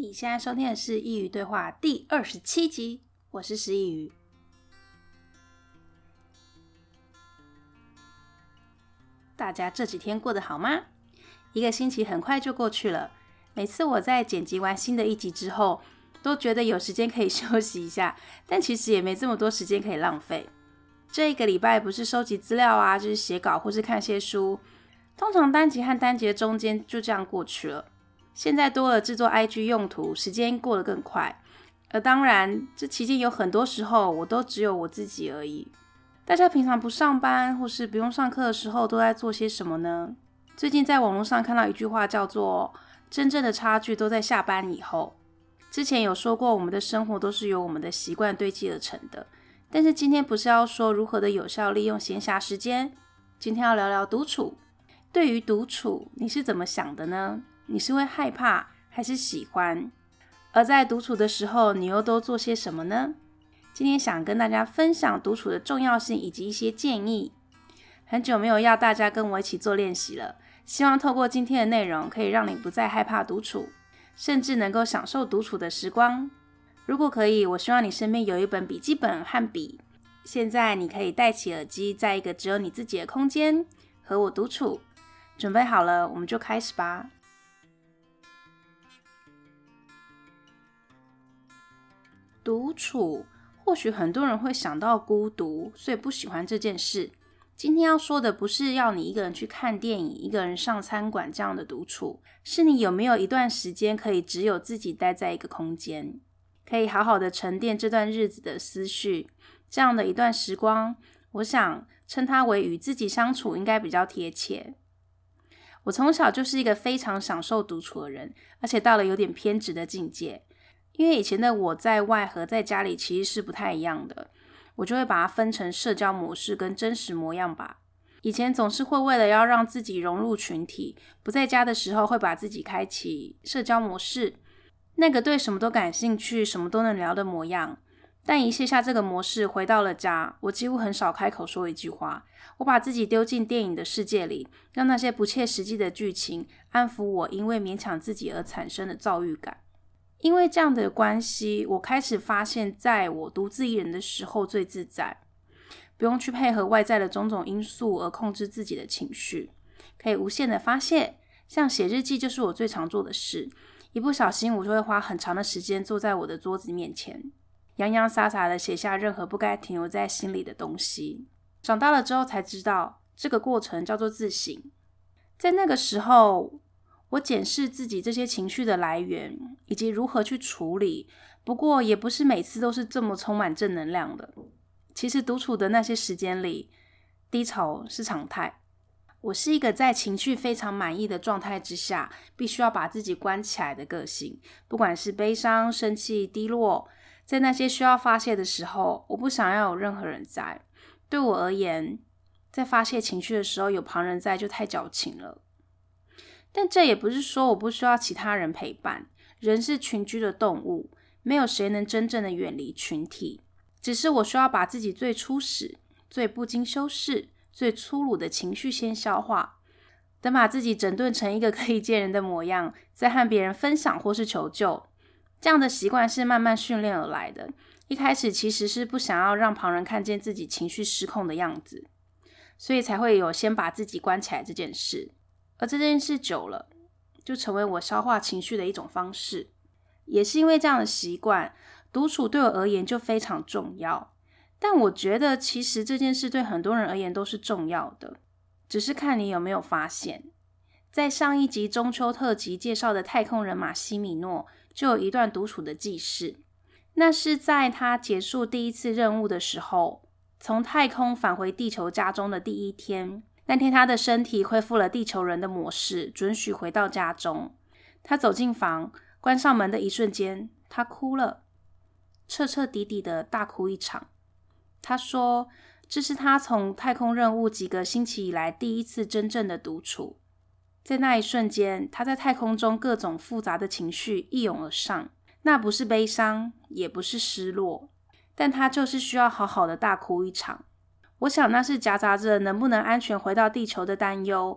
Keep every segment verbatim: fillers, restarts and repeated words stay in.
你现在收听的是《一语对话》第二十七集，我是石一语。大家这几天过得好吗？一个星期很快就过去了。每次我在剪辑完新的一集之后，都觉得有时间可以休息一下，但其实也没这么多时间可以浪费。这一个礼拜不是收集资料啊，就是写稿或是看些书，通常单集和单集的中间就这样过去了。现在多了制作 I G 用途，时间过得更快。而当然，这期间有很多时候我都只有我自己而已。大家平常不上班或是不用上课的时候都在做些什么呢？最近在网络上看到一句话叫做真正的差距都在下班以后。之前有说过我们的生活都是由我们的习惯堆积而成的，但是今天不是要说如何的有效利用闲暇时间，今天要聊聊独处。对于独处，你是怎么想的呢？你是会害怕还是喜欢？而在独处的时候，你又都做些什么呢？今天想跟大家分享独处的重要性以及一些建议。很久没有要大家跟我一起做练习了，希望透过今天的内容可以让你不再害怕独处，甚至能够享受独处的时光。如果可以，我希望你身边有一本笔记本和笔。现在你可以戴起耳机，在一个只有你自己的空间和我独处。准备好了，我们就开始吧。独处，或许很多人会想到孤独，所以不喜欢这件事。今天要说的不是要你一个人去看电影，一个人上餐馆这样的独处，是你有没有一段时间可以只有自己待在一个空间，可以好好的沉淀这段日子的思绪。这样的一段时光，我想称它为与自己相处应该比较贴切。我从小就是一个非常享受独处的人，而且到了有点偏执的境界。因为以前的我在外和在家里其实是不太一样的，我就会把它分成社交模式跟真实模样吧。以前总是会为了要让自己融入群体，不在家的时候会把自己开启社交模式，那个对什么都感兴趣，什么都能聊的模样。但一卸下这个模式，回到了家，我几乎很少开口说一句话。我把自己丢进电影的世界里，让那些不切实际的剧情安抚我因为勉强自己而产生的躁郁感。因为这样的关系，我开始发现在我独自一人的时候最自在，不用去配合外在的种种因素而控制自己的情绪，可以无限的发泄。像写日记就是我最常做的事，一不小心我就会花很长的时间坐在我的桌子面前，洋洋洒洒的写下任何不该停留在心里的东西。长大了之后才知道，这个过程叫做自省。在那个时候，我检视自己这些情绪的来源以及如何去处理，不过也不是每次都是这么充满正能量的。其实独处的那些时间里，低潮是常态。我是一个在情绪非常满意的状态之下，必须要把自己关起来的个性。不管是悲伤、生气、低落，在那些需要发泄的时候，我不想要有任何人在。对我而言，在发泄情绪的时候有旁人在就太矫情了。但这也不是说我不需要其他人陪伴，人是群居的动物，没有谁能真正的远离群体。只是我需要把自己最初始、最不经修饰、最粗鲁的情绪先消化，等把自己整顿成一个可以见人的模样，再和别人分享或是求救。这样的习惯是慢慢训练而来的，一开始其实是不想要让旁人看见自己情绪失控的样子，所以才会有先把自己关起来这件事。而这件事久了，就成为我消化情绪的一种方式。也是因为这样的习惯，独处对我而言就非常重要。但我觉得其实这件事对很多人而言都是重要的，只是看你有没有发现。在上一集中秋特辑介绍的太空人马西米诺，就有一段独处的记事。那是在他结束第一次任务的时候，从太空返回地球家中的第一天。那天他的身体恢复了地球人的模式，准许回到家中。他走进房，关上门的一瞬间，他哭了，彻彻底底的大哭一场。他说，这是他从太空任务几个星期以来第一次真正的独处。在那一瞬间，他在太空中各种复杂的情绪一涌而上，那不是悲伤，也不是失落，但他就是需要好好的大哭一场。我想那是夹杂着能不能安全回到地球的担忧，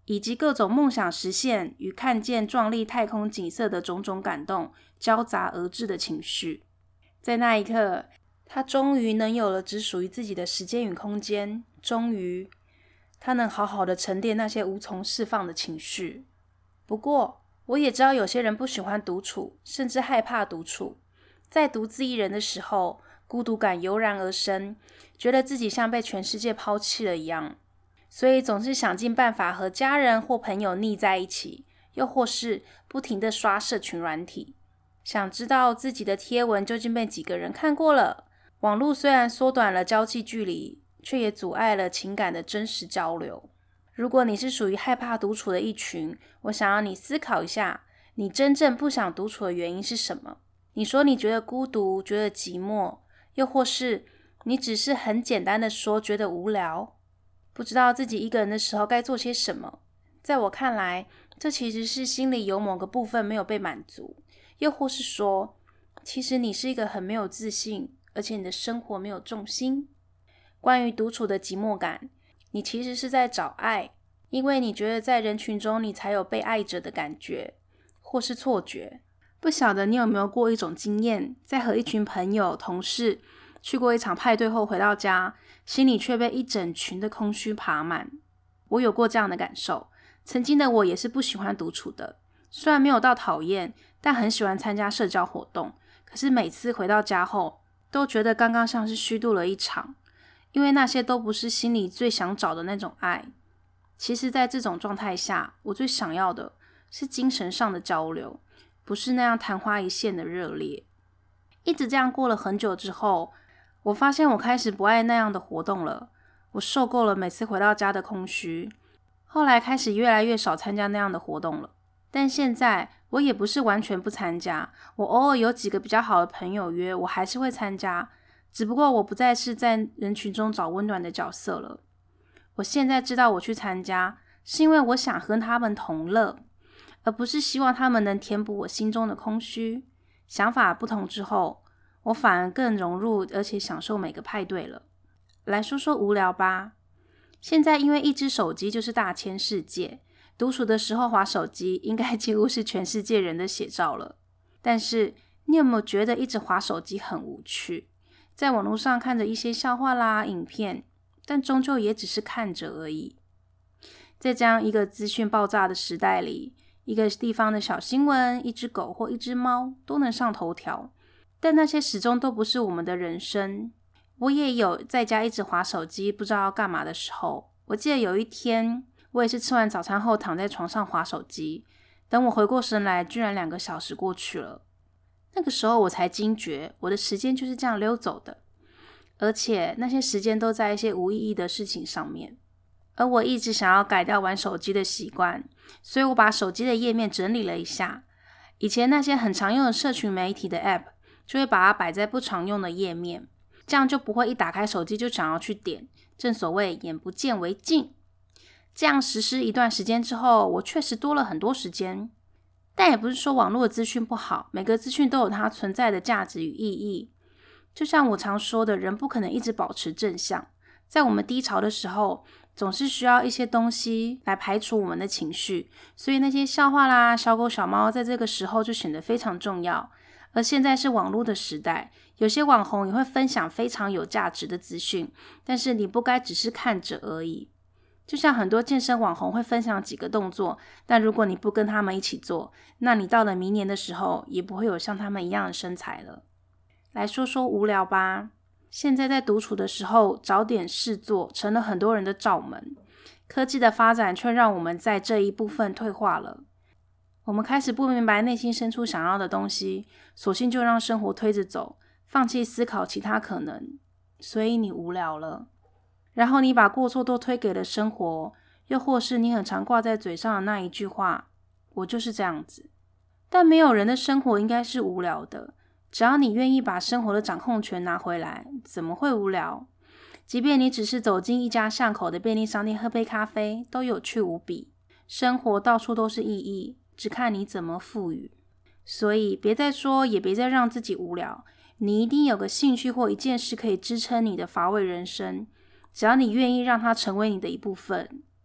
以及各种梦想实现与看见壮丽太空景色的种种感动交杂而至的情绪。在那一刻，他终于能有了只属于自己的时间与空间，终于他能好好的沉淀那些无从释放的情绪。不过我也知道有些人不喜欢独处，甚至害怕独处，在独自一人的时候，孤独感油然而生，觉得自己像被全世界抛弃了一样，所以总是想尽办法和家人或朋友腻在一起，又或是不停地刷社群软体，想知道自己的贴文究竟被几个人看过了。网络虽然缩短了交际距离，却也阻碍了情感的真实交流。如果你是属于害怕独处的一群，我想要你思考一下，你真正不想独处的原因是什么？你说你觉得孤独，觉得寂寞，又或是你只是很简单的说觉得无聊，不知道自己一个人的时候该做些什么。在我看来，这其实是心里有某个部分没有被满足，又或是说，其实你是一个很没有自信，而且你的生活没有重心。关于独处的寂寞感，你其实是在找爱，因为你觉得在人群中你才有被爱着的感觉，或是错觉。不晓得你有没有过一种经验，在和一群朋友、同事去过一场派对后回到家，心里却被一整群的空虚爬满。我有过这样的感受。曾经的我也是不喜欢独处的，虽然没有到讨厌，但很喜欢参加社交活动。可是每次回到家后，都觉得刚刚像是虚度了一场，因为那些都不是心里最想找的那种爱。其实在这种状态下，我最想要的是精神上的交流，不是那样昙花一现的热烈。一直这样过了很久之后，我发现我开始不爱那样的活动了。我受够了每次回到家的空虚，后来开始越来越少参加那样的活动了。但现在我也不是完全不参加，我偶尔有几个比较好的朋友约，我还是会参加，只不过我不再是在人群中找温暖的角色了。我现在知道我去参加，是因为我想和他们同乐，而不是希望他们能填补我心中的空虚。想法不同之后，我反而更融入而且享受每个派对了。来说说无聊吧。现在因为一只手机就是大千世界，独处的时候滑手机应该几乎是全世界人的写照了。但是你有没有觉得一直滑手机很无趣？在网络上看着一些笑话啦、影片，但终究也只是看着而已。在这样一个资讯爆炸的时代里，一个地方的小新闻，一只狗或一只猫都能上头条，但那些始终都不是我们的人生。我也有在家一直滑手机不知道要干嘛的时候。我记得有一天，我也是吃完早餐后躺在床上滑手机，等我回过神来，居然两个小时过去了。那个时候我才惊觉，我的时间就是这样溜走的，而且那些时间都在一些无意义的事情上面。而我一直想要改掉玩手机的习惯，所以我把手机的页面整理了一下。以前那些很常用的社群媒体的 App， 就会把它摆在不常用的页面，这样就不会一打开手机就想要去点，正所谓眼不见为净。这样实施一段时间之后，我确实多了很多时间。但也不是说网络的资讯不好，每个资讯都有它存在的价值与意义。就像我常说的，人不可能一直保持正向，在我们低潮的时候，总是需要一些东西来排除我们的情绪，所以那些笑话啦、小狗小猫在这个时候就显得非常重要。而现在是网络的时代，有些网红也会分享非常有价值的资讯，但是你不该只是看着而已。就像很多健身网红会分享几个动作，但如果你不跟他们一起做，那你到了明年的时候也不会有像他们一样的身材了。来说说无聊吧。现在在独处的时候找点事做成了很多人的罩门，科技的发展却让我们在这一部分退化了。我们开始不明白内心深处想要的东西，索性就让生活推着走，放弃思考其他可能，所以你无聊了。然后你把过错都推给了生活，又或是你很常挂在嘴上的那一句话，我就是这样子。但没有人的生活应该是无聊的，只要你愿意把生活的掌控权拿回来，怎么会无聊？即便你只是走进一家巷口的便利商店喝杯咖啡，都有趣无比。生活到处都是意义，只看你怎么赋予。所以别再说，也别再让自己无聊，你一定有个兴趣或一件事可以支撑你的乏味人生。只要你愿意让它成为你的一部分，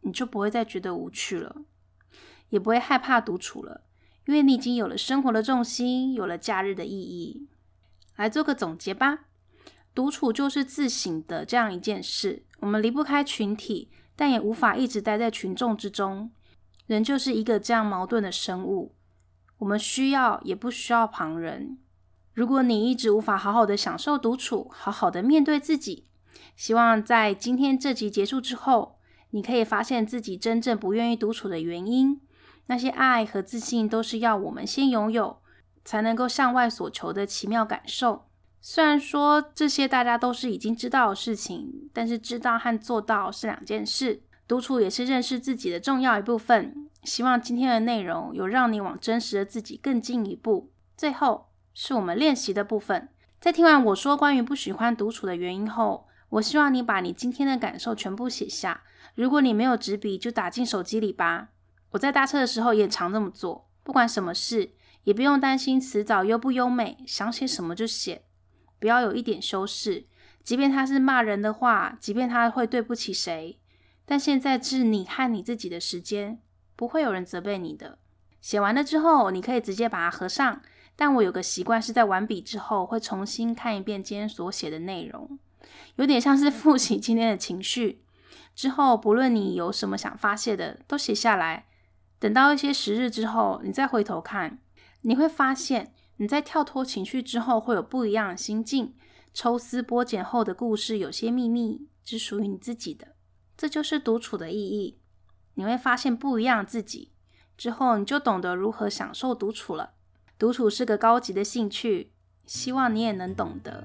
你就不会再觉得无趣了，也不会害怕独处了，因为你已经有了生活的重心，有了假日的意义。来做个总结吧，独处就是自省的这样一件事，我们离不开群体，但也无法一直待在群众之中。人就是一个这样矛盾的生物，我们需要也不需要旁人。如果你一直无法好好的享受独处，好好的面对自己，希望在今天这集结束之后，你可以发现自己真正不愿意独处的原因。那些爱和自信都是要我们先拥有，才能够向外所求的奇妙感受。虽然说这些大家都是已经知道的事情，但是知道和做到是两件事。独处也是认识自己的重要一部分。希望今天的内容有让你往真实的自己更进一步。最后是我们练习的部分。在听完我说关于不喜欢独处的原因后，我希望你把你今天的感受全部写下。如果你没有纸笔，就打进手机里吧。我在搭车的时候也常这么做。不管什么事，也不用担心词藻优不优美，想写什么就写，不要有一点修饰。即便他是骂人的话，即便他会对不起谁，但现在是你和你自己的时间，不会有人责备你的。写完了之后，你可以直接把它合上，但我有个习惯是在完笔之后会重新看一遍今天所写的内容，有点像是复习今天的情绪。之后不论你有什么想发泄的，都写下来，等到一些时日之后，你再回头看，你会发现你在跳脱情绪之后会有不一样的心境。抽丝剥茧后的故事，有些秘密只属于你自己的。这就是独处的意义，你会发现不一样的自己，之后你就懂得如何享受独处了。独处是个高级的兴趣，希望你也能懂得。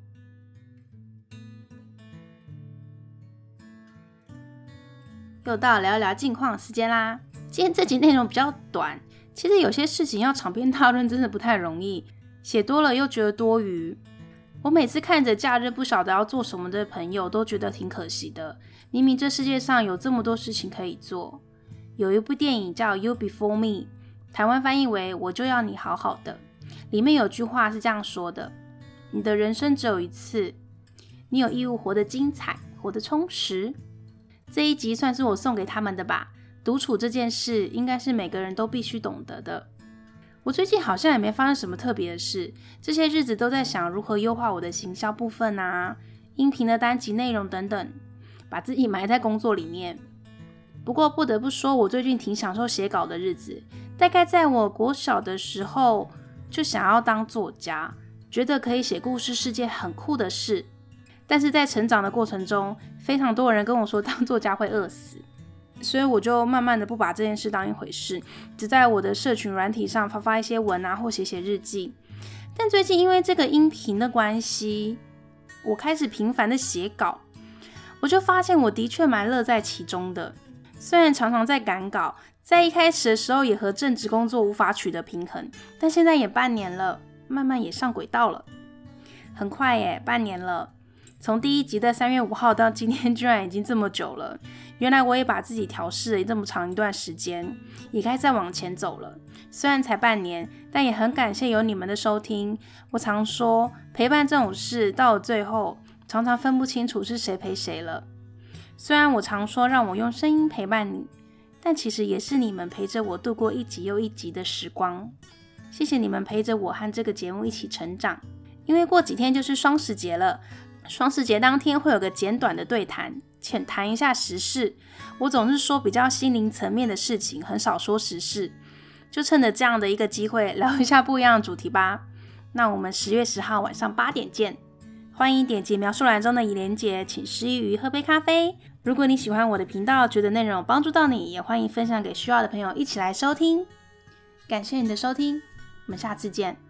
又到了聊一聊近况时间啦。今天这集内容比较短，其实有些事情要长篇大论真的不太容易，写多了又觉得多余。我每次看着假日不晓得要做什么的朋友，都觉得挺可惜的。明明这世界上有这么多事情可以做。有一部电影叫 You Before Me， 台湾翻译为我就要你好好的。里面有句话是这样说的：你的人生只有一次，你有义务活得精彩，活得充实。这一集算是我送给他们的吧。独处这件事应该是每个人都必须懂得的。我最近好像也没发生什么特别的事，这些日子都在想如何优化我的行销部分啊，音频的单集内容等等，把自己埋在工作里面。不过不得不说，我最近挺享受写稿的日子。大概在我国小的时候就想要当作家，觉得可以写故事是件很酷的事。但是在成长的过程中，非常多人跟我说当作家会饿死，所以我就慢慢的不把这件事当一回事，只在我的社群软体上发发一些文啊，或写写日记。但最近因为这个音频的关系，我开始频繁的写稿，我就发现我的确蛮乐在其中的。虽然常常在赶稿，在一开始的时候也和正职工作无法取得平衡，但现在也半年了，慢慢也上轨道了。很快耶，半年了。从第一集的三月五号到今天居然已经这么久了，原来我也把自己调试了这么长一段时间，也该再往前走了。虽然才半年，但也很感谢有你们的收听。我常说陪伴这种事到了最后常常分不清楚是谁陪谁了。虽然我常说让我用声音陪伴你，但其实也是你们陪着我度过一集又一集的时光。谢谢你们陪着我和这个节目一起成长。因为过几天就是双十节了，双十节当天会有个简短的对谈，浅谈一下时事。我总是说比较心灵层面的事情，很少说时事，就趁着这样的一个机会聊一下不一样的主题吧。那我们十月十号晚上八点见，欢迎点击描述栏中的连结，请师鱼喝杯咖啡。如果你喜欢我的频道，觉得内容有帮助到你，也欢迎分享给需要的朋友一起来收听。感谢你的收听，我们下次见。